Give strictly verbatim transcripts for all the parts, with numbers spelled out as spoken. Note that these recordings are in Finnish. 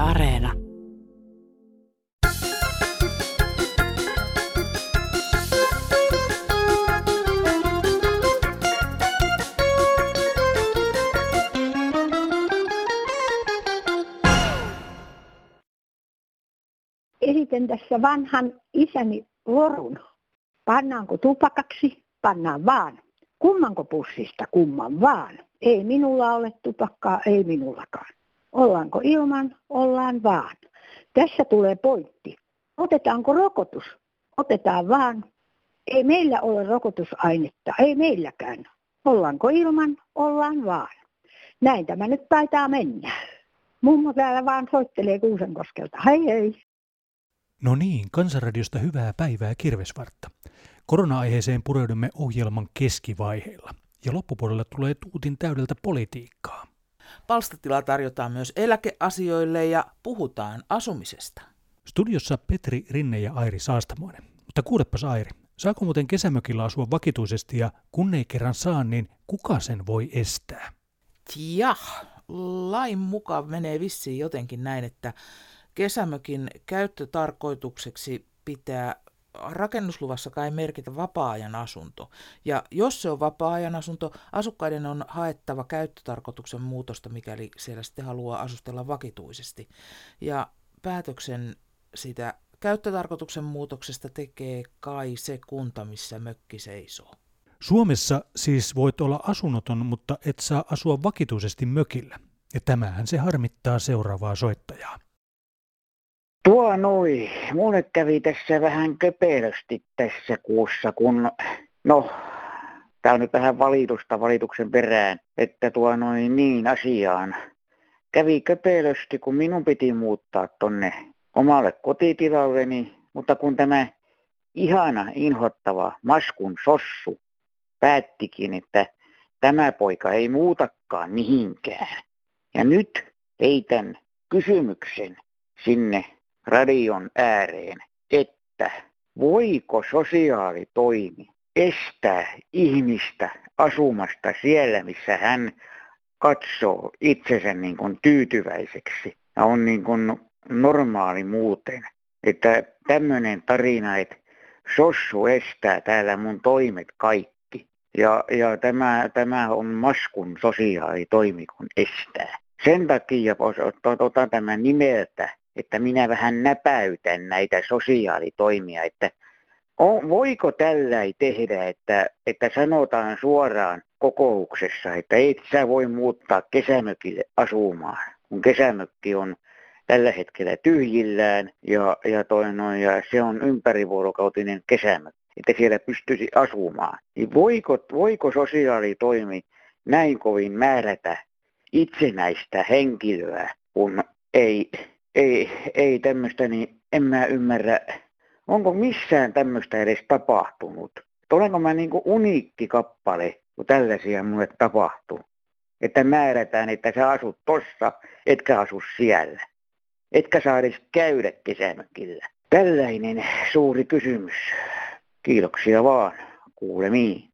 Areena. Esitän tässä vanhan isäni lorun. Pannaanko tupakaksi? Pannaan vaan. Kummanko pussista? Kumman vaan. Ei minulla ole tupakkaa, ei minullakaan. Ollaanko ilman? Ollaan vaan. Tässä tulee pointti. Otetaanko rokotus? Otetaan vaan. Ei meillä ole rokotusainetta, ei meilläkään. Ollaanko ilman? Ollaan vaan. Näin tämä nyt taitaa mennä. Mummo täällä vaan soittelee Kuusankoskelta. Hei hei. No niin, Kansanradiosta hyvää päivää Kirvesvartta. Korona-aiheeseen pureudumme ohjelman keskivaiheilla ja loppupuolella tulee tuutin täydeltä politiikkaa. Palstatilaa tarjotaan myös eläkeasioille ja puhutaan asumisesta. Studiossa Petri Rinne ja Airi Saastamoinen. Mutta kuulepas Airi, saako muuten kesämökillä asua vakituisesti ja kun ei kerran saa, niin kuka sen voi estää? Jah, lain mukaan menee vissiin jotenkin näin, että kesämökin käyttötarkoitukseksi pitää rakennusluvassa kai merkitä vapaa-ajan asunto. Ja jos se on vapaa-ajan asunto, asukkaiden on haettava käyttötarkoituksen muutosta, mikäli siellä sitten haluaa asustella vakituisesti. Ja päätöksen sitä käyttötarkoituksen muutoksesta tekee kai se kunta, missä mökki seisoo. Suomessa siis voit olla asunnoton, mutta et saa asua vakituisesti mökillä. Ja tämähän se harmittaa seuraavaa soittajaa. Tuo noi, mulle kävi tässä vähän köpelösti tässä kuussa, kun, no, tää on nyt vähän valitusta valituksen perään, että tuo noin niin asiaan. Kävi köpelösti, kun minun piti muuttaa tonne omalle kotitilalleni, mutta kun tämä ihana, inhottava Maskun sossu päättikin, että tämä poika ei muutakaan mihinkään. Ja nyt heitän kysymyksen sinne radion ääreen, että voiko sosiaalitoimi estää ihmistä asumasta siellä, missä hän katsoo itsensä niin kuin tyytyväiseksi ja on niin kuin normaali muuten. Että tämmöinen tarina, että sossu estää täällä mun toimet kaikki ja, ja tämä, tämä on Maskun sosiaalitoimi, kun estää. Sen takia otan tämän nimeltä, että minä vähän näpäytän näitä sosiaalitoimia, että on, voiko tälläin tehdä, että, että sanotaan suoraan kokouksessa, että et sä voi muuttaa kesämökille asumaan, kun kesämökki on tällä hetkellä tyhjillään ja, ja, toi noin, ja se on ympärivuorokautinen kesämökki, että siellä pystyisi asumaan. Niin voiko, voiko sosiaalitoimi näin kovin määrätä itsenäistä henkilöä, kun ei... Ei, ei tämmöistä, niin en mä ymmärrä, onko missään tämmöistä edes tapahtunut. Olenko mä niinku uniikki kappale, kun tällaisia mulle tapahtuu. Että määrätään, että sä asut tossa, etkä asu siellä. Etkä saa edes käydä kesämökillä. Tällainen suuri kysymys. Kiitoksia vaan. Kuulemiin.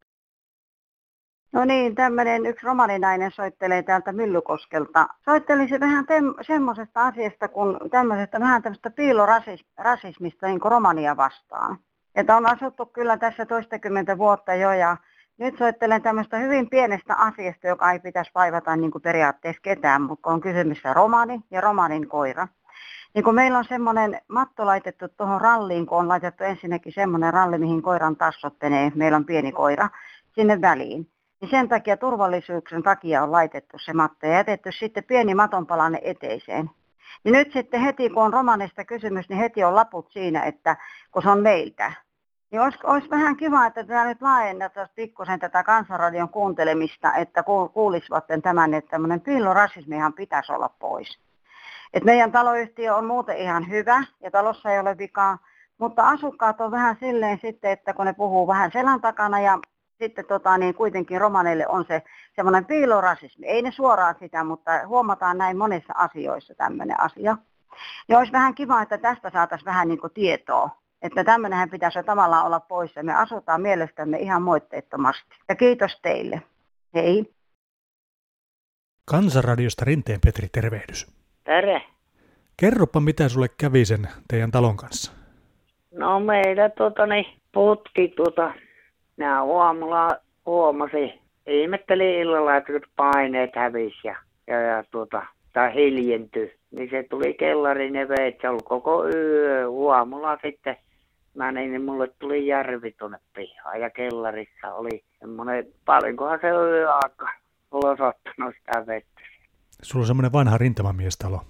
No niin, tämmöinen yksi romaninainen soittelee täältä Myllykoskelta. Soittelisi vähän tem- semmoisesta asiasta, kun tämmöisestä vähän tämmöistä piilorasismista niin kuin romania vastaan. Että on asuttu kyllä tässä toistakymmentä vuotta jo ja nyt soittelen tämmöistä hyvin pienestä asiasta, joka ei pitäisi vaivata niin kuin periaatteessa ketään, mutta on kysymyssä romani ja romanin koira. Niin kun meillä on semmoinen matto laitettu tuohon ralliin, kun on laitettu ensinnäkin semmoinen ralli, mihin koiran tassot menee, meillä on pieni koira, sinne väliin. Niin sen takia turvallisuuksien takia on laitettu se matto ja jätetty sitten pieni matonpalanen eteiseen. Ja nyt sitten heti, kun on romanista kysymys, niin heti on laput siinä, että kun se on meiltä. Niin olisi, olisi vähän kiva, että tämä nyt laajennettaisiin pikkusen tätä Kansanradion kuuntelemista, että kuulisivat tämän, että tämmöinen piilorasismihan pitäisi olla pois. Et meidän taloyhtiö on muuten ihan hyvä ja talossa ei ole vikaa, mutta asukkaat on vähän silleen sitten, että kun ne puhuu vähän selän takana ja sitten tota, niin kuitenkin romaneille on se semmoinen piilorasismi. Ei ne suoraan sitä, mutta huomataan näin monissa asioissa tämmöinen asia. Ja olisi vähän kiva, että tästä saataisiin vähän niin kuin tietoa. Että tämmöinenhän pitäisi jo tavallaan olla poissa. Me asutaan mielestämme ihan moitteettomasti. Ja kiitos teille. Hei. Kansanradiosta Rinteen Petri, tervehdys. Terve. Kerropa, mitä sulle kävi sen teidän talon kanssa? No meillä tuota niin putki tuota, nää aamulla huomasin, ihmettelin illalla, että paineet hävisi ja, ja, ja tuota, tai hiljentyi. Niin se tuli kellariin ja vei, se oli koko yö. Aamulla sitten mä niin, niin mulle tuli järvi tuonne pihaan ja kellarissa oli semmoinen, paljonkohan se on yöaika ulosottanut sitä vettä. Sulla on semmoinen vanha rintamamiestalo.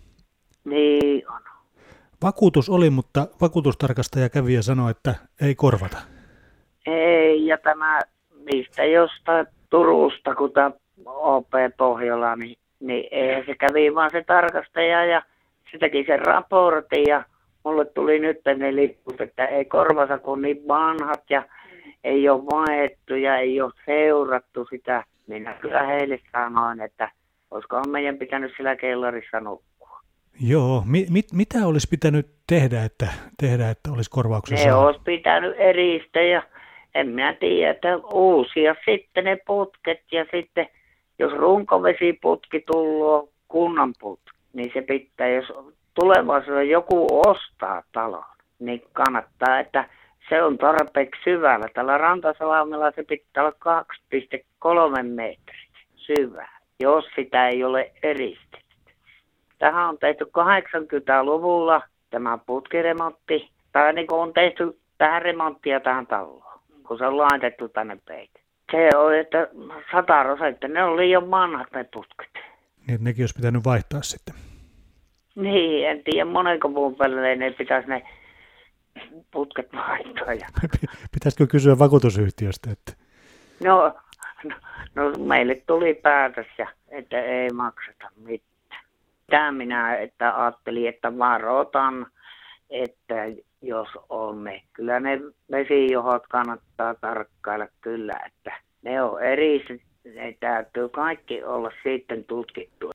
Niin on. Vakuutus oli, mutta vakuutustarkastaja kävi ja sanoi, että ei korvata. Ei, ja tämä mistä jostain Turusta, kun tämä O P Pohjola, niin, niin eihän se kävi vaan se tarkastaja ja se teki sen raportin ja mulle tuli nyt ne liput, että ei korvata kun niin vanhat ja ei ole vaettu ja ei ole seurattu sitä. Minä kyllä heille sanoin, että olisikohan meidän pitänyt sillä kellarissa nukkua. Joo, mi- mit- mitä olisi pitänyt tehdä, että, tehdä, että olisi korvauksen Ne saanut? olisi pitänyt eristä ja en minä tiedä, että uusia sitten ne putket ja sitten jos runkovesiputki tulee kunnan putki, niin se pitää, jos tulevaisuudessa joku ostaa talon, niin kannattaa, että se on tarpeeksi syvällä. Tällä Rantasalmella se pitää olla kaksi pilkku kolme metriä syvää, jos sitä ei ole eristetty. Tähän on tehty kahdeksankymmentäluvulla tämä putkiremontti, tai niin kuin on tehty tähän remonttia tähän taloon, kun se on laitettu tänne peite. Se on, että sata prosenttia, ne on liian vanhat ne putket. Niin, että nekin olisi pitänyt vaihtaa sitten. Niin, en tiedä monenko muun välillä ne pitäisi ne putket vaihtaa. Ja... Pitäisikö kysyä vakuutusyhtiöstä? Että... No, no, no, meille tuli päätös, ja, että ei makseta mitään. Tämä minä että ajattelin, että varoitan, että jos on ne. Kyllä ne vesijohot kannattaa tarkkailla kyllä, että ne on eri, ne täytyy kaikki olla sitten tutkittu.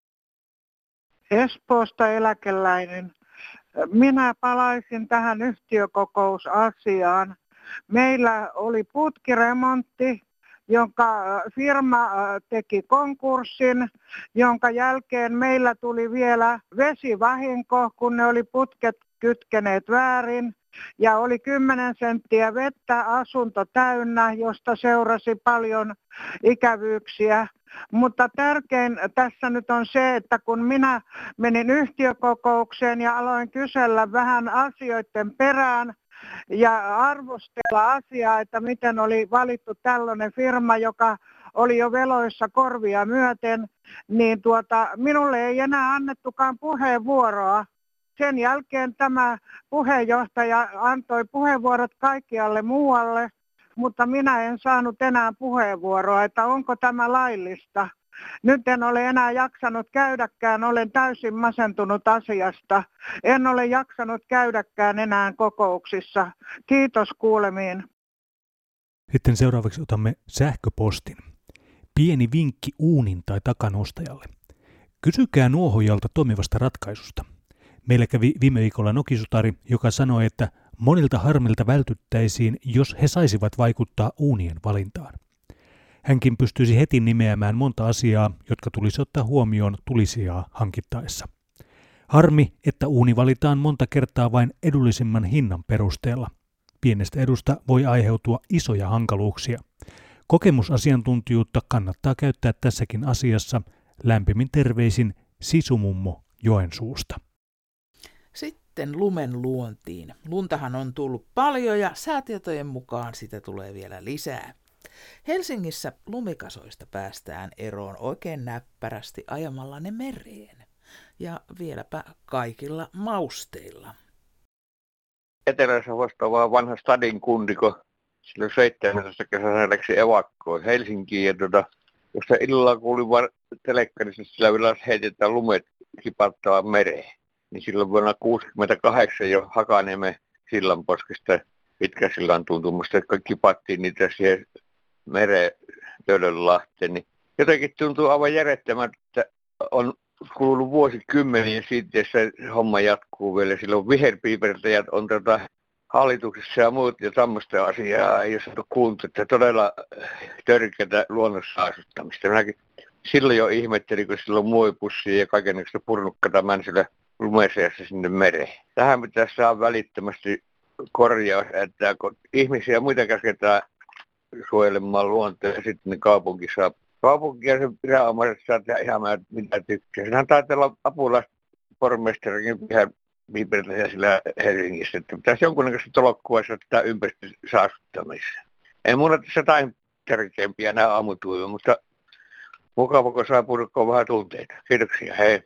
Espoosta eläkeläinen. Minä palaisin tähän yhtiökokousasiaan. Meillä oli putkiremontti, jonka firma teki konkurssin, jonka jälkeen meillä tuli vielä vesivahinko, kun ne oli putket kytkeneet väärin. Ja oli kymmenen senttiä vettä, asunto täynnä, josta seurasi paljon ikävyyksiä. Mutta tärkein tässä nyt on se, että kun minä menin yhtiökokoukseen ja aloin kysellä vähän asioiden perään ja arvostella asiaa, että miten oli valittu tällainen firma, joka oli jo veloissa korvia myöten, niin tuota, minulle ei enää annettukaan puheenvuoroa. Sen jälkeen tämä puheenjohtaja antoi puheenvuorot kaikkialle muualle, mutta minä en saanut enää puheenvuoroa, että onko tämä laillista. Nyt en ole enää jaksanut käydäkään, olen täysin masentunut asiasta. En ole jaksanut käydäkään enää kokouksissa. Kiitos kuulemiin. Sitten seuraavaksi otamme sähköpostin. Pieni vinkki uunin tai takanostajalle. Kysykää nuohojalta toimivasta ratkaisusta. Meillä kävi viime viikolla nokisutari, joka sanoi, että monilta harmilta vältyttäisiin, jos he saisivat vaikuttaa uunien valintaan. Hänkin pystyisi heti nimeämään monta asiaa, jotka tulisi ottaa huomioon tulisijaa hankittaessa. Harmi, että uuni valitaan monta kertaa vain edullisimman hinnan perusteella. Pienestä edusta voi aiheutua isoja hankaluuksia. Kokemusasiantuntijuutta kannattaa käyttää tässäkin asiassa. Lämpimin terveisin Sisumummo Joensuusta. Sitten lumen luontiin. Luntahan on tullut paljon ja säätietojen mukaan sitä tulee vielä lisää. Helsingissä lumikasoista päästään eroon oikein näppärästi ajamalla ne mereen. Ja vieläpä kaikilla mausteilla. Etelä-Savosta vaan vanha stadin kundiko silloin seitsemäntoista kesänä läksi evakkoon Helsinkiin. Ja tuota, josta illalla kuulin vaan telekkarissa, sillä vielä heitetään lumet kipattavan mereen. Niin silloin vuonna kuusikymmentäkahdeksan jo Hakaniemen sillanposkesta Pitkäsillan tuntumasta, että kipattiin niitä siihen mereen Töölönlahteen. Niin jotenkin tuntuu aivan järjettömältä, että on kulunut vuosikymmeniä siitä, ja se homma jatkuu vielä. Silloin viherpiipertäjät on tota hallituksessa ja muut ja tämmöistä asiaa ei ole saatu kuultu, että todella törkeätä luonnossaastuttamista. Minäkin silloin jo ihmettelin, kun silloin muovipussia ja kaikenlaista purnukkata mänsillä lumeseessa sinne mereen. Tähän pitäisi saada välittömästi korjaus, että kun ihmisiä muita käsketään suojelemaan luontoa ja sitten ne kaupunki saa. Kaupunki ja se viranomaiset saa tehdä ihan mitä tykkää. Sehän taitaa olla apulaispormestarikin ihan viipertäisiä sillä Helsingissä, että pitäisi jonkunnäköistä tolkkua ottaa ympäristön saastuttamissa. Ei mulla tässä jotain tärkeämpiä nämä aamutuivia, mutta mukava, kun saa purkkoa vähän tunteita. Kiitoksia, hei.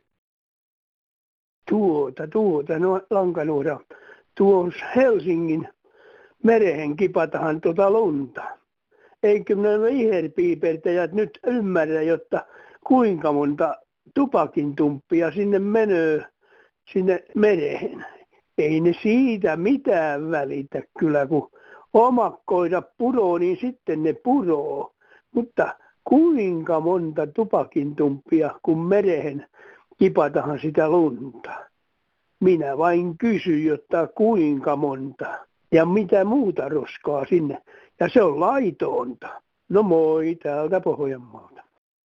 Tuota, tuota, no Lankanuora. Tuossa Helsingin merehen kipatahan tuota lunta. Eikö nämä viherpiipertäjät nyt ymmärrä, jotta kuinka monta tupakin tumppia sinne menee sinne merehen. Ei ne siitä mitään välitä kyllä, kun omat koirat puroo, niin sitten ne puroo. Mutta kuinka monta tupakin tumppia, kun merehen kipatahan sitä lunta. Minä vain kysyn, jotta kuinka monta ja mitä muuta roskaa sinne. Ja se on laitonta. No moi, täältä Pohjanmaalta.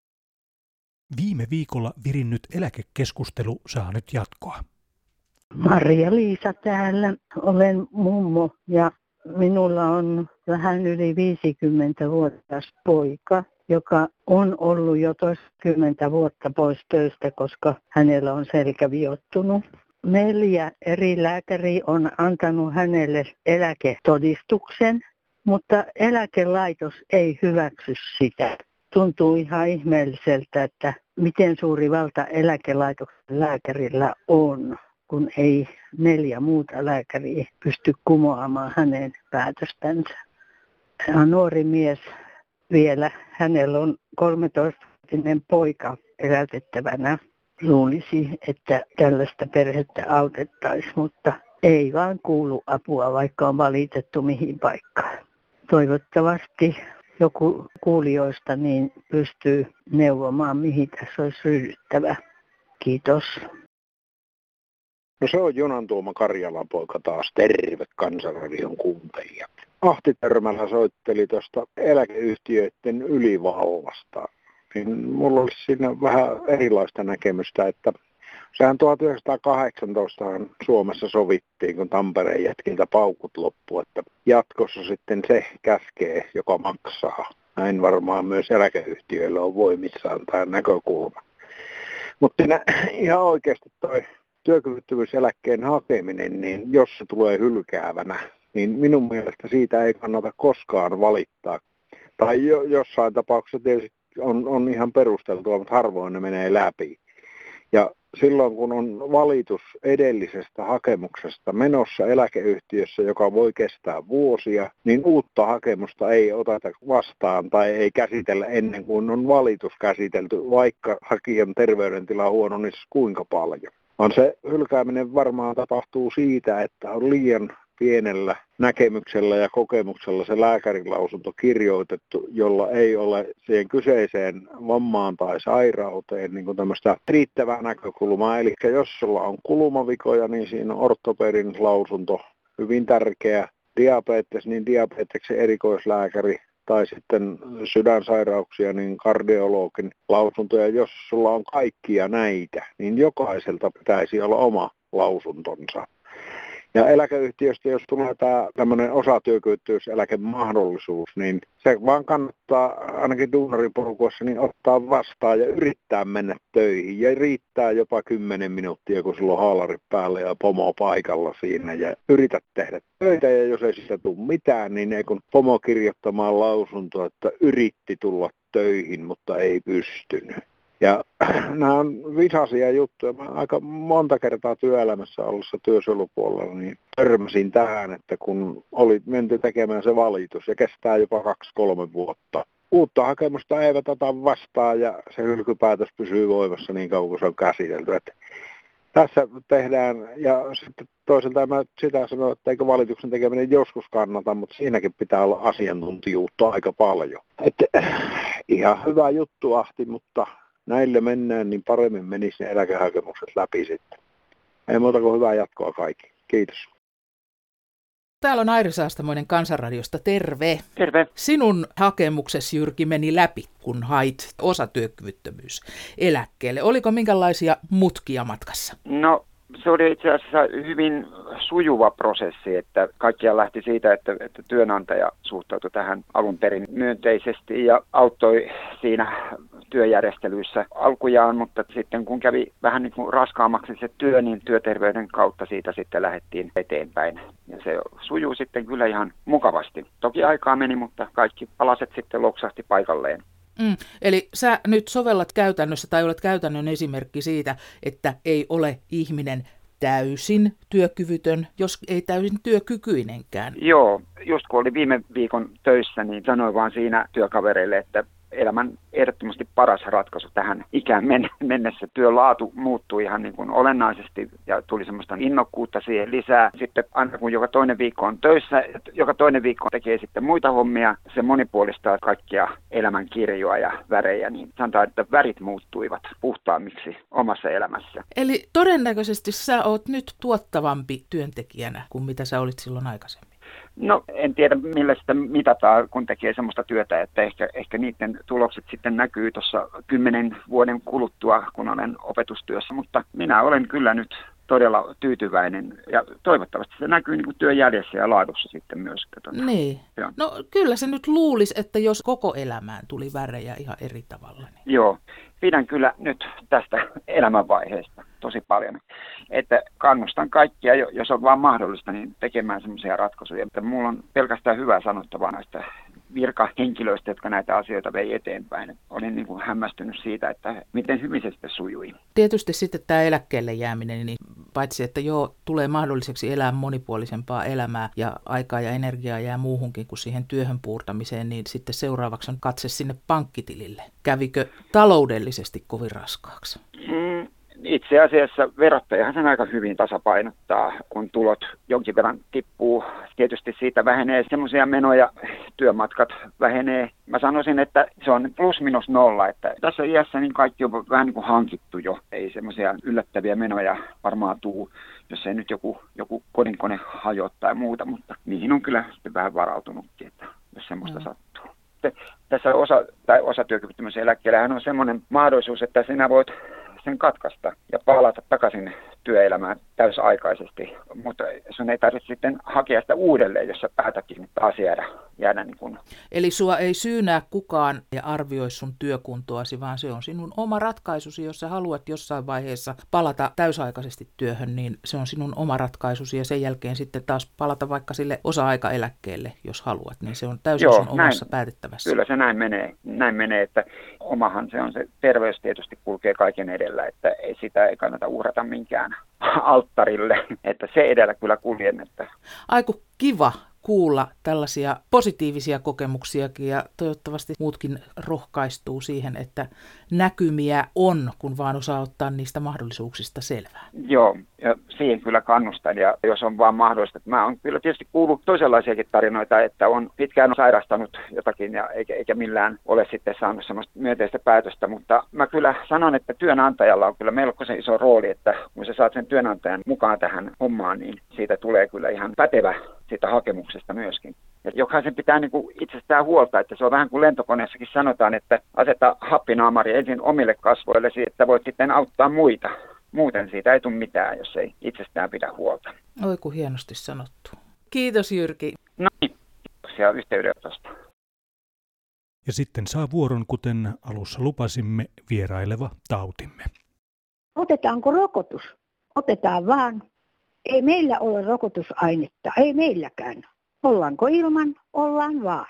Viime viikolla virinnyt eläkekeskustelu saa nyt jatkoa. Maria-Liisa täällä. Olen mummo ja minulla on vähän yli viisikymmentävuotias poika, joka on ollut jo toistakymmentä vuotta pois töistä, koska hänellä on selkä viottunut. Neljä eri lääkäriä on antanut hänelle eläketodistuksen, mutta eläkelaitos ei hyväksy sitä. Tuntuu ihan ihmeelliseltä, että miten suuri valta eläkelaitoksen lääkärillä on, kun ei neljä muuta lääkäriä pysty kumoamaan hänen päätöstänsä. Hän on nuori mies vielä. Hänellä on kolmetoistavuotinen poika elätettävänä. Luulisi, että tällaista perhettä autettaisiin, mutta ei vaan kuulu apua, vaikka on valitettu mihin paikkaan. Toivottavasti joku kuulijoista niin pystyy neuvomaan, mihin tässä olisi ryhdyttävä. Kiitos. No se on Junan Tuoma Karjalan poika taas. Terve Kansanradion kuuntelijat. Ahti Törmälä soitteli tuosta eläkeyhtiöiden ylivallasta. Niin mulla olisi siinä vähän erilaista näkemystä, että sehän tuhatyhdeksänsataakahdeksantoista Suomessa sovittiin, kun Tampereen jätkiltä paukut loppu, että jatkossa sitten se käskee, joka maksaa. Näin varmaan myös eläkeyhtiöillä on voimissaan tämä näkökulma. Mutta ihan oikeasti toi työkyvyttömyyseläkkeen hakeminen, niin jos se tulee hylkäävänä, niin minun mielestä siitä ei kannata koskaan valittaa. Tai jo, jossain tapauksessa tietysti on, on ihan perusteltua, mutta harvoin ne menee läpi. Ja silloin kun on valitus edellisestä hakemuksesta menossa eläkeyhtiössä, joka voi kestää vuosia, niin uutta hakemusta ei oteta vastaan tai ei käsitellä ennen kuin on valitus käsitelty, vaikka hakijan terveydentila huononisi kuinka paljon. On se hylkääminen varmaan tapahtuu siitä, että on liian pienellä näkemyksellä ja kokemuksella se lääkärilausunto kirjoitettu, jolla ei ole siihen kyseiseen vammaan tai sairauteen niin kuin tämmöistä riittävää näkökulmaa. Eli jos sulla on kulmavikoja, niin siinä on ortopedin lausunto hyvin tärkeä. Diabetes, niin diabeteksen erikoislääkäri tai sitten sydänsairauksia, niin kardiologin lausunto. Ja jos sulla on kaikkia näitä, niin jokaiselta pitäisi olla oma lausuntonsa. Ja eläkeyhtiöstä, jos tulee tämä tämmöinen osatyökyvyttömyyseläkemahdollisuus, niin se vaan kannattaa ainakin duunariporukoissa niin ottaa vastaan ja yrittää mennä töihin. Ja riittää jopa kymmenen minuuttia, kun sulla on haalari päällä ja pomo paikalla siinä. Ja yrität tehdä töitä ja jos ei siitä tule mitään, niin ei kun pomo kirjoittamaan lausuntoa, että yritti tulla töihin, mutta ei pystynyt. Ja nämä on visaisia juttuja. Mä aika monta kertaa työelämässä ollessa työsuojelupuolella niin törmäsin tähän, että kun oli menty tekemään se valitus ja kestää jopa kaksi kolme vuotta. Uutta hakemusta eivät ota vastaan ja se hylkypäätös pysyy voimassa niin kauan kuin se on käsitelty. Että tässä tehdään, ja sitten toisaalta mä sitä sanon, että eikö valituksen tekeminen joskus kannata, mutta siinäkin pitää olla asiantuntijuutta aika paljon. Että ihan hyvä juttu Ahti, mutta näille mennään, niin paremmin menisi ne eläkehakemukset läpi sitten. Ei muuta kuin hyvää jatkoa kaikki. Kiitos. Täällä on Airi Saastamoinen Kansanradiosta. Terve. Terve. Sinun hakemuksesi, Jyrki, meni läpi, kun hait osatyökyvyttömyyseläkkeelle. Oliko minkälaisia mutkia matkassa? No Se oli itse asiassa hyvin sujuva prosessi, että kaikkia lähti siitä, että, että työnantaja suhtautui tähän alun perin myönteisesti ja auttoi siinä työjärjestelyissä alkujaan, mutta sitten kun kävi vähän niin kuin raskaammaksi se työ, niin työterveyden kautta siitä sitten lähdettiin eteenpäin. Ja se sujuu sitten kyllä ihan mukavasti. Toki aikaa meni, mutta kaikki palaset sitten loksahti paikalleen. Mm, eli sä nyt sovellat käytännössä tai olet käytännön esimerkki siitä, että ei ole ihminen täysin työkyvytön, jos ei täysin työkykyinenkään. Joo, just kun oli viime viikon töissä, niin sanoin vaan siinä työkavereille, että elämän ehdottomasti paras ratkaisu tähän ikään mennessä. Työlaatu muuttui ihan niin kuin olennaisesti ja tuli semmoista innokkuutta siihen lisää. Sitten aina kun joka toinen viikko on töissä, joka toinen viikko tekee sitten muita hommia, se monipuolistaa kaikkia elämän kirjoa ja värejä, niin sanotaan, että värit muuttuivat puhtaammiksi omassa elämässä. Eli todennäköisesti sä oot nyt tuottavampi työntekijänä kuin mitä sä olit silloin aikaisemmin. No en tiedä millä sitä mitataan, kun tekee semmoista työtä, että ehkä, ehkä niiden tulokset sitten näkyy tuossa kymmenen vuoden kuluttua, kun olen opetustyössä, mutta minä olen kyllä nyt todella tyytyväinen ja toivottavasti se näkyy niin kuin työjäljessä ja laadussa sitten myös. Niin. Joo. No kyllä se nyt luulisi, että jos koko elämään tuli värejä ihan eri tavalla. Niin. Joo, pidän kyllä nyt tästä elämänvaiheesta tosi paljon, että kannustan kaikkia, jos on vaan mahdollista, niin tekemään semmoisia ratkaisuja. Että mulla on pelkästään hyvää sanottavaa näistä virkahenkilöistä, jotka näitä asioita vei eteenpäin. Olin niin kuin hämmästynyt siitä, että miten hyvin se sitten sujui. Tietysti sitten tämä eläkkeelle jääminen, niin paitsi että joo, tulee mahdolliseksi elää monipuolisempaa elämää ja aikaa ja energiaa jää muuhunkin kuin siihen työhön puurtamiseen, niin sitten seuraavaksi on katse sinne pankkitilille. Kävikö taloudellisesti kovin raskaaksi? Mm. Itse asiassa verottajahan sen aika hyvin tasapainottaa, kun tulot jonkin verran tippuu. Tietysti siitä vähenee semmoisia menoja, työmatkat vähenee. Mä sanoisin, että se on plus minus nolla, että tässä iässä niin kaikki on vähän niin kuin hankittu jo. Ei semmoisia yllättäviä menoja varmaan tuu, jos ei nyt joku, joku kodinkone hajoa tai muuta, mutta niihin on kyllä sitten vähän varautunutkin, että jos semmoista mm. sattuu. Tässä osa, tai osatyökyvyttömyyseläkkeellähän on semmoinen mahdollisuus, että sinä voit sen katkaista ja palata takaisin työelämään täysaikaisesti, mutta sun ei tarvitse sitten hakea sitä uudelleen, jos sä päätätkin taas jäädä, jäädä niin kuin. Eli sua ei syynää kukaan ja arvioi sun työkuntoasi, vaan se on sinun oma ratkaisusi, jos sä haluat jossain vaiheessa palata täysaikaisesti työhön, niin se on sinun oma ratkaisusi ja sen jälkeen sitten taas palata vaikka sille osa-aikaeläkkeelle, jos haluat, niin se on täysin Joo, sun omassa näin, päätettävässä. Kyllä se näin menee, näin menee, että omahan se on se terveys tietysti kulkee kaiken edellä, että ei sitä ei kannata uhrata minkään alttarille, että se edellä kyllä kuljen. Että. Aiku kiva kuulla tällaisia positiivisia kokemuksiakin ja toivottavasti muutkin rohkaistuu siihen, että näkymiä on, kun vaan osaa ottaa niistä mahdollisuuksista selvää. Joo, ja siihen kyllä kannustan ja jos on vaan mahdollista. Mä oon kyllä tietysti kuullut toisenlaisiakin tarinoita, että on pitkään sairastanut jotakin ja eikä, eikä millään ole sitten saanut semmoista myönteistä päätöstä, mutta mä kyllä sanon, että työnantajalla on kyllä melkoisen iso rooli, että kun sä saat sen työnantajan mukaan tähän hommaan, niin siitä tulee kyllä ihan pätevä siitä hakemuksesta myöskin. Ja jokaisen pitää niin kuin itsestään huolta, että se on vähän kuin lentokoneessakin sanotaan, että aseta happinaamari ensin omille kasvoillesi, että voit sitten auttaa muita. Muuten siitä ei tule mitään, jos ei itsestään pidä huolta. Oi kun hienosti sanottu. Kiitos Jyrki. No niin, kiitoksia yhteydenotosta. Ja sitten saa vuoron, kuten alussa lupasimme, vieraileva tautimme. Otetaanko rokotus? Otetaan vaan. Ei meillä ole rokotusainetta, ei meilläkään. Ollaanko ilman? Ollaan vaan.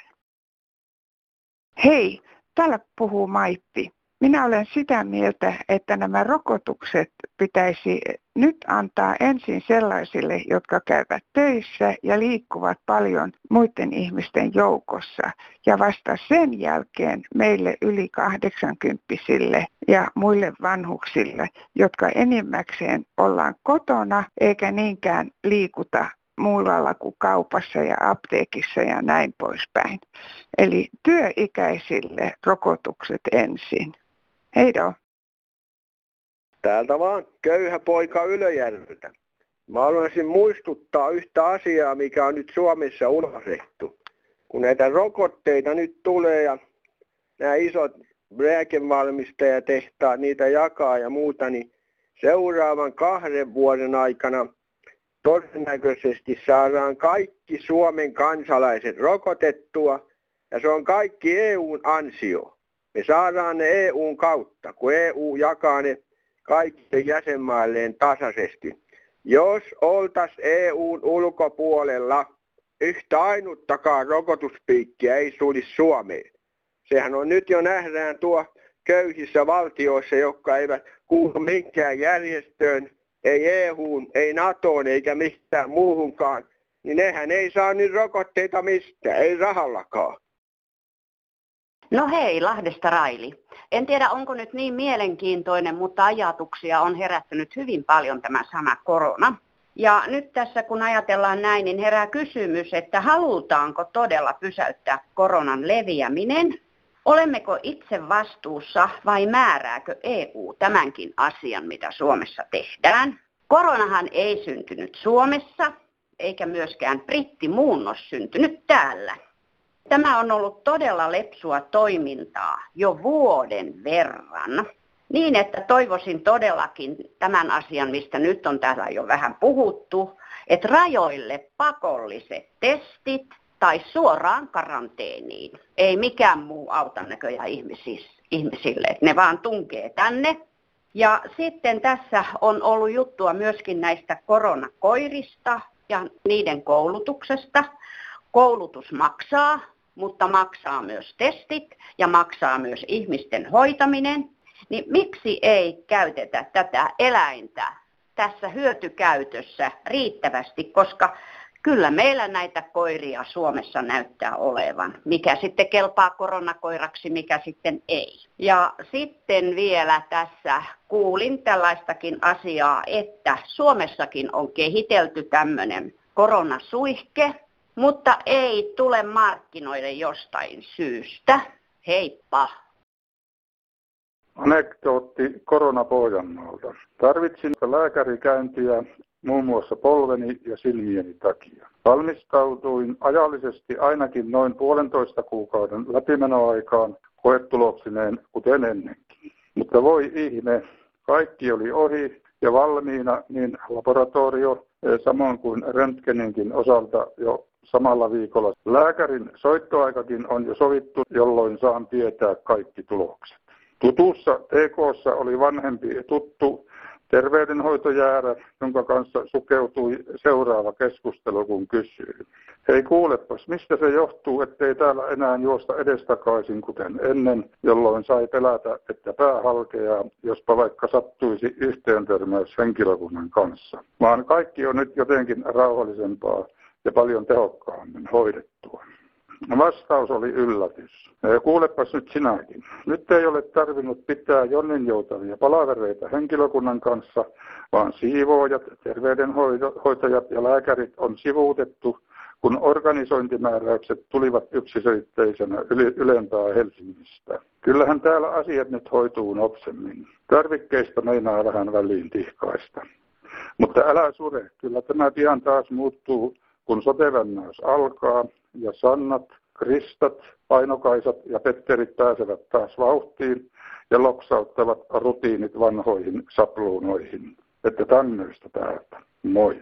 Hei, täällä puhuu Maippi. Minä olen sitä mieltä, että nämä rokotukset pitäisi nyt antaa ensin sellaisille, jotka käyvät töissä ja liikkuvat paljon muiden ihmisten joukossa. Ja vasta sen jälkeen meille yli kahdeksankymppisille ja muille vanhuksille, jotka enimmäkseen ollaan kotona eikä niinkään liikuta muualla kuin kaupassa ja apteekissa ja näin poispäin. Eli työikäisille rokotukset ensin. Heido. Täältä vaan köyhä poika Ylöjärveltä. Mä haluaisin muistuttaa yhtä asiaa, mikä on nyt Suomessa unohdettu. Kun näitä rokotteita nyt tulee ja nämä isot lääkevalmistajatehtaat niitä jakaa ja muuta, niin seuraavan kahden vuoden aikana todennäköisesti saadaan kaikki Suomen kansalaiset rokotettua ja se on kaikki E U:n ansio. Me saadaan ne E U:n kautta, kun E U jakaa ne kaikille jäsenmailleen tasaisesti. Jos oltaisiin E U:n ulkopuolella, yhtä ainuttakaan rokotuspiikkiä ei tulisi Suomeen. Sehän on nyt jo nähdään tuo köyhissä valtioissa, jotka eivät kuulu minkään järjestöön, ei E U:n, ei NATOon eikä mistään muuhunkaan, niin nehän ei saa nyt rokotteita mistään, ei rahallakaan. No hei, Lahdesta Raili. En tiedä, onko nyt niin mielenkiintoinen, mutta ajatuksia on herättänyt hyvin paljon tämä sana korona. Ja nyt tässä kun ajatellaan näin, niin herää kysymys, että halutaanko todella pysäyttää koronan leviäminen? Olemmeko itse vastuussa vai määrääkö E U tämänkin asian, mitä Suomessa tehdään? Koronahan ei syntynyt Suomessa, eikä myöskään brittimuunnos syntynyt täällä. Tämä on ollut todella lepsua toimintaa jo vuoden verran. Niin, että toivoisin todellakin tämän asian, mistä nyt on täällä jo vähän puhuttu, että rajoille pakolliset testit tai suoraan karanteeniin. Ei mikään muu auta näköjään ihmisille, että ne vaan tunkee tänne. Ja sitten tässä on ollut juttua myöskin näistä koronakoirista ja niiden koulutuksesta. Koulutus maksaa, mutta maksaa myös testit ja maksaa myös ihmisten hoitaminen. Niin miksi ei käytetä tätä eläintä tässä hyötykäytössä riittävästi, koska kyllä meillä näitä koiria Suomessa näyttää olevan, mikä sitten kelpaa koronakoiraksi, mikä sitten ei. Ja sitten vielä tässä kuulin tällaistakin asiaa, että Suomessakin on kehitelty tämmöinen koronasuihke, mutta ei tule markkinoille jostain syystä. Heippa! Anekdootti koronapohjanmaalta. Tarvitsin lääkärikäyntiä muun muassa polveni ja silmieni takia. Valmistautuin ajallisesti ainakin noin puolentoista kuukauden läpimenoaikaan koetuloksineen kuten ennenkin. Mutta voi ihme, kaikki oli ohi ja valmiina niin laboratorio samoin kuin röntgeninkin osalta jo samalla viikolla. Lääkärin soittoaikakin on jo sovittu, jolloin saan tietää kaikki tulokset. Tutussa T K:ssa oli vanhempi tuttu terveydenhoitojäärä, jonka kanssa sukeutui seuraava keskustelu, kun kysyi. Hei kuulepas, mistä se johtuu, ettei täällä enää juosta edestakaisin kuten ennen, jolloin sai pelätä, että pää halkeaa, jospa vaikka sattuisi yhteentörmäys henkilökunnan kanssa. Vaan kaikki on nyt jotenkin rauhallisempaa ja paljon tehokkaammin hoidettua. Vastaus oli yllätys. Kuulepas nyt sinäkin. Nyt ei ole tarvinnut pitää jonninjoutavia palavereita henkilökunnan kanssa, vaan siivoojat, terveydenhoitajat ja lääkärit on sivuutettu, kun organisointimääräykset tulivat yksiselitteisenä ylempää Helsingistä. Kyllähän täällä asiat nyt hoituu nopsemmin. Tarvikkeista meinaa vähän väliin tihkaista. Mutta älä sure, kyllä tämä pian taas muuttuu, kun sote-vännäys alkaa ja Sannat, Kristat, Painokaisat ja Petterit pääsevät taas vauhtiin ja loksauttavat rutiinit vanhoihin sapluunoihin. Että tämmöistä täältä. Moi.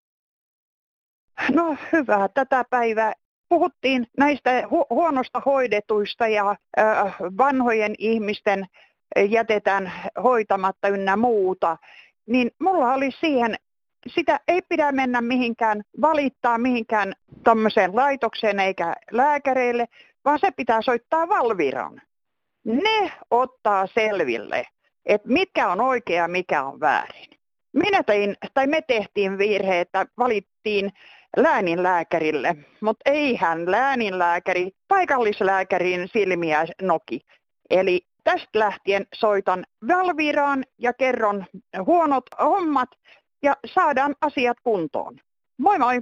No hyvä, tätä päivää. Puhuttiin näistä hu- huonosta hoidetuista ja äh, vanhojen ihmisten jätetään hoitamatta ynnä muuta. Niin mulla oli siihen, sitä ei pidä mennä mihinkään, valittaa mihinkään tämmöiseen laitokseen eikä lääkäreille, vaan se pitää soittaa Valviraan. Ne ottaa selville, että mitkä on oikea ja mikä on väärin. Minä tein, tai me tehtiin virhe, että valittiin lääninlääkärille, mutta eihän lääninlääkäri paikallislääkärin silmiä noki. Eli tästä lähtien soitan Valviraan ja kerron huonot hommat ja saadaan asiat kuntoon. Moi moi!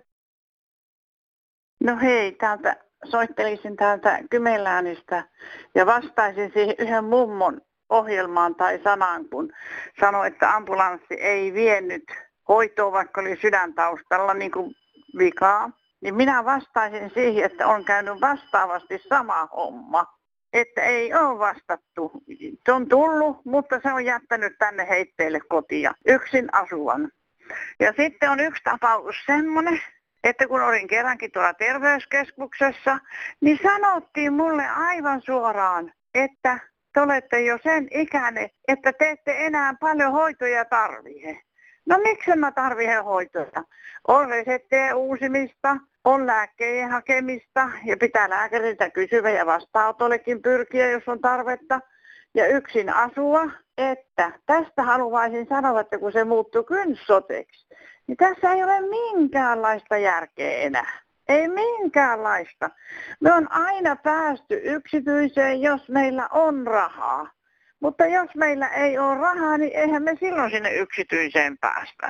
No hei, täältä soittelisin täältä Kymenläänistä ja vastaisin siihen yhden mummon ohjelmaan tai sanaan, kun sanoi, että ambulanssi ei vienyt hoitoa, vaikka oli sydäntaustalla niin kuin vikaa. Niin minä vastaisin siihen, että on käynyt vastaavasti sama homma. että ei ole vastattu. Se on tullut, mutta se on jättänyt tänne heitteille kotia yksin asuvan. Ja sitten on yksi tapaus semmoinen, että kun olin kerrankin tuolla terveyskeskuksessa, niin sanottiin mulle aivan suoraan, että te olette jo sen ikäinen, että te ette enää paljon hoitoja tarvitse. No miksi mä tarvitsen hoitoja? On reseptejä uusimista, on lääkkeiden hakemista ja pitää lääkäriltä kysyä ja vastaanotollekin pyrkiä, jos on tarvetta. Ja yksin asua, että tästä haluaisin sanoa, että kun se muuttui kynssoteksi, niin tässä ei ole minkäänlaista järkeä enää. Ei minkäänlaista. Me on aina päästy yksityiseen, jos meillä on rahaa. Mutta jos meillä ei ole rahaa, niin eihän me silloin sinne yksityiseen päästä.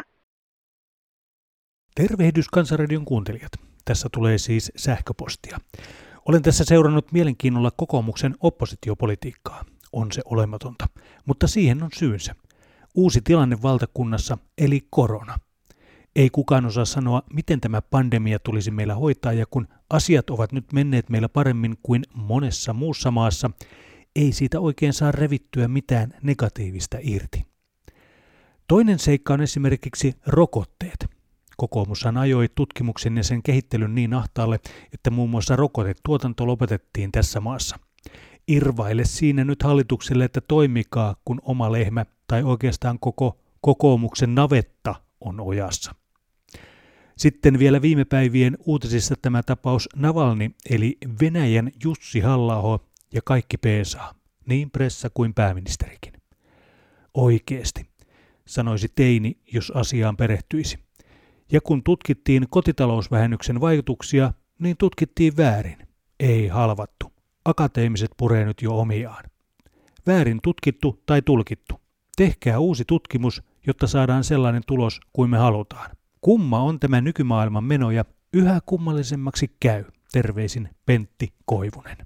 Tervehdys Kansanradion kuuntelijat. Tässä tulee siis sähköpostia. Olen tässä seurannut mielenkiinnolla kokoomuksen oppositiopolitiikkaa. On se olematonta, mutta siihen on syynsä. Uusi tilanne valtakunnassa, eli korona. Ei kukaan osaa sanoa, miten tämä pandemia tulisi meillä hoitaa, ja kun asiat ovat nyt menneet meillä paremmin kuin monessa muussa maassa, ei siitä oikein saa revittyä mitään negatiivista irti. Toinen seikka on esimerkiksi rokotteet. Kokoomushan ajoi tutkimuksen ja sen kehittelyn niin ahtaalle, että muun muassa rokotetuotanto lopetettiin tässä maassa. Irvaile siinä nyt hallitukselle, että toimikaa, kun oma lehmä tai oikeastaan koko kokoomuksen navetta on ojassa. Sitten vielä viime päivien uutisissa tämä tapaus Navalny eli Venäjän Jussi Halla-aho ja kaikki peesaa, niin pressa kuin pääministerikin. Oikeesti, sanoisi teini, jos asiaan perehtyisi. Ja kun tutkittiin kotitalousvähennyksen vaikutuksia, niin tutkittiin väärin. Ei halvattu. Akateemiset puree nyt jo omiaan. Väärin tutkittu tai tulkittu. Tehkää uusi tutkimus, jotta saadaan sellainen tulos kuin me halutaan. Kumma on tämä nykymaailman meno ja yhä kummallisemmaksi käy. Terveisin Pentti Koivunen.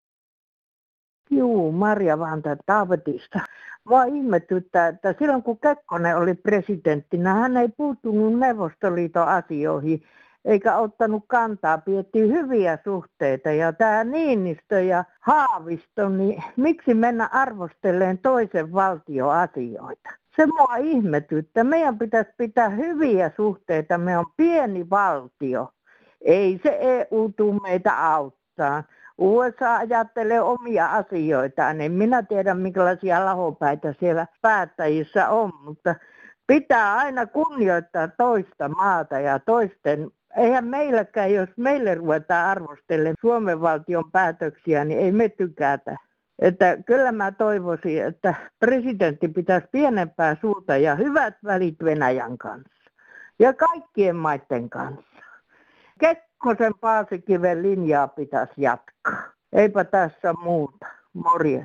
Juu, Marja vaan tätä Taavetista. Mua ihmetyttää, että silloin kun Kekkonen oli presidenttinä, hän ei puuttunut Neuvostoliiton asioihin eikä ottanut kantaa, piettiin hyviä suhteita. Ja tämä Niinistö ja Haavisto, niin miksi mennä arvosteleen toisen valtion asioita? Se mua ihmetyttää. Meidän pitäisi pitää hyviä suhteita. Me on pieni valtio. Ei se E U tule meitä auttaa. U S A ajattelee omia asioitaan. En minä tiedä, minkälaisia lahopäitä siellä päättäjissä on, mutta pitää aina kunnioittaa toista maata ja toisten. Eihän meilläkään, jos meille ruvetaan arvostelemaan Suomen valtion päätöksiä, niin ei me tykätä. Että kyllä mä toivoisin, että presidentti pitäisi pienempää suuta ja hyvät välit Venäjän kanssa ja kaikkien maiden kanssa. Kekkosen Paasikiven linjaa pitäisi jatkaa. Eipä tässä muuta. Morjes.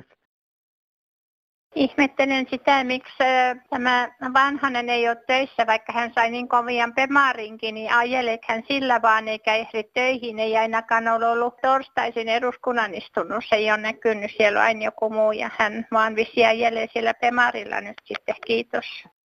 Ihmettelen sitä, miksi tämä Vanhanen ei ole töissä, vaikka hän sai niin kovian pemarinkin, niin ajeleeko hän sillä vaan eikä ehdi töihin. Ei ainakaan ole ollut torstaisin eduskunnan istunnossa, ei ole näkynyt, siellä on aina joku muu ja hän vaan vissiin ajelee siellä pemarilla nyt sitten, kiitos.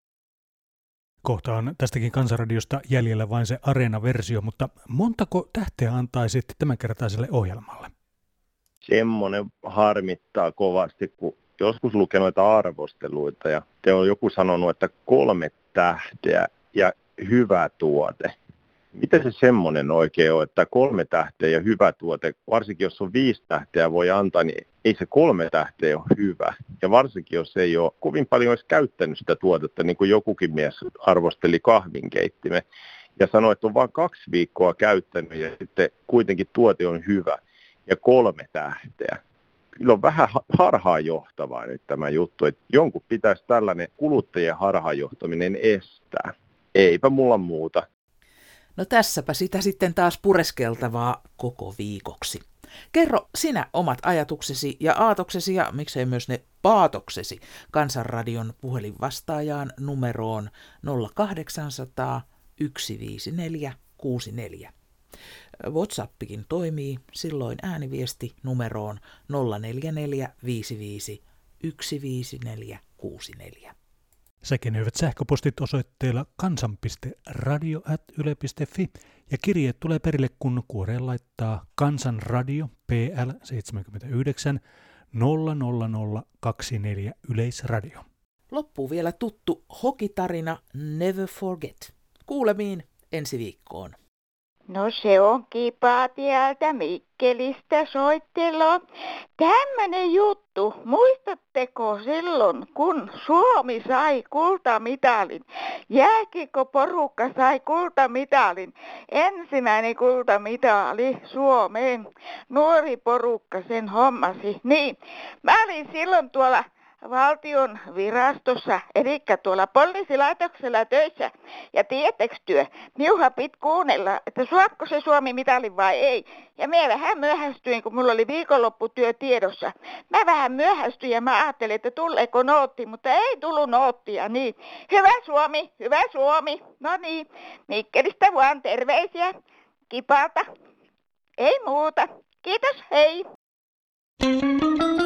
Kohta on tästäkin Kansanradiosta jäljellä vain se Areena-versio, mutta montako tähteä antaisit tämänkertaiselle ohjelmalle? Semmoinen harmittaa kovasti, kun joskus lukee noita arvosteluita ja te on joku sanonut, että kolme tähteä ja hyvä tuote. Mitä se semmoinen oikein on, että kolme tähteä ja hyvä tuote, varsinkin jos on viisi tähteä voi antaa, niin ei se kolme tähteä ole hyvä. Ja varsinkin jos ei ole kovin paljon edes käyttänyt sitä tuotetta, niin kuin jokukin mies arvosteli kahvinkeittimen ja sanoi, että on vain kaksi viikkoa käyttänyt ja sitten kuitenkin tuote on hyvä ja kolme tähteä. Kyllä on vähän harhaanjohtavaa nyt tämä juttu, että jonkun pitäisi tällainen kuluttajien harhaanjohtaminen estää. Eipä mulla muuta. No tässäpä sitä sitten taas pureskeltavaa koko viikoksi. Kerro sinä omat ajatuksesi ja aatoksesi ja miksei myös ne paatoksesi Kansanradion puhelinvastaajaan numeroon nolla kahdeksan nolla nolla yksi viisi neljä kuusi neljä. WhatsAppikin toimii, silloin ääniviesti numeroon nolla neljä neljä viisi viisi yksi viisi neljä kuusi neljä. Säkenöivät sähköpostit osoitteella kansan piste radio ät yle piste fi ja kirjeet tulee perille, kun kuoreen laittaa Kansanradio P L seitsemänkymmentäyhdeksän nolla nolla nolla kaksi neljä Yleisradio. Loppuu vielä tuttu hokitarina Never Forget. Kuulemiin ensi viikkoon. No se on kipaa tieltä Mikkelistä soittelo. Tämmönen juttu, muistatteko silloin, kun Suomi sai kultamitalin? Jääkiekkoporukka sai kultamitalin. Ensimmäinen kultamitali Suomeen. Nuori porukka sen hommasi. Niin, mä olin silloin tuolla valtion virastossa, eli tuolla poliisilaitoksella töissä. Ja tietääks työ, miuha pit kuunnella, että saako se Suomi mitalin vai ei. Ja mä vähän myöhästyin, kun mulla oli viikonlopputyö tiedossa. Mä vähän myöhästyin ja mä ajattelin, että tuleeko nootti, mutta ei tullut noottia. Niin. Hyvä Suomi, hyvä Suomi. No niin, Mikkelistä vaan terveisiä. Kipalta. Ei muuta. Kiitos, hei.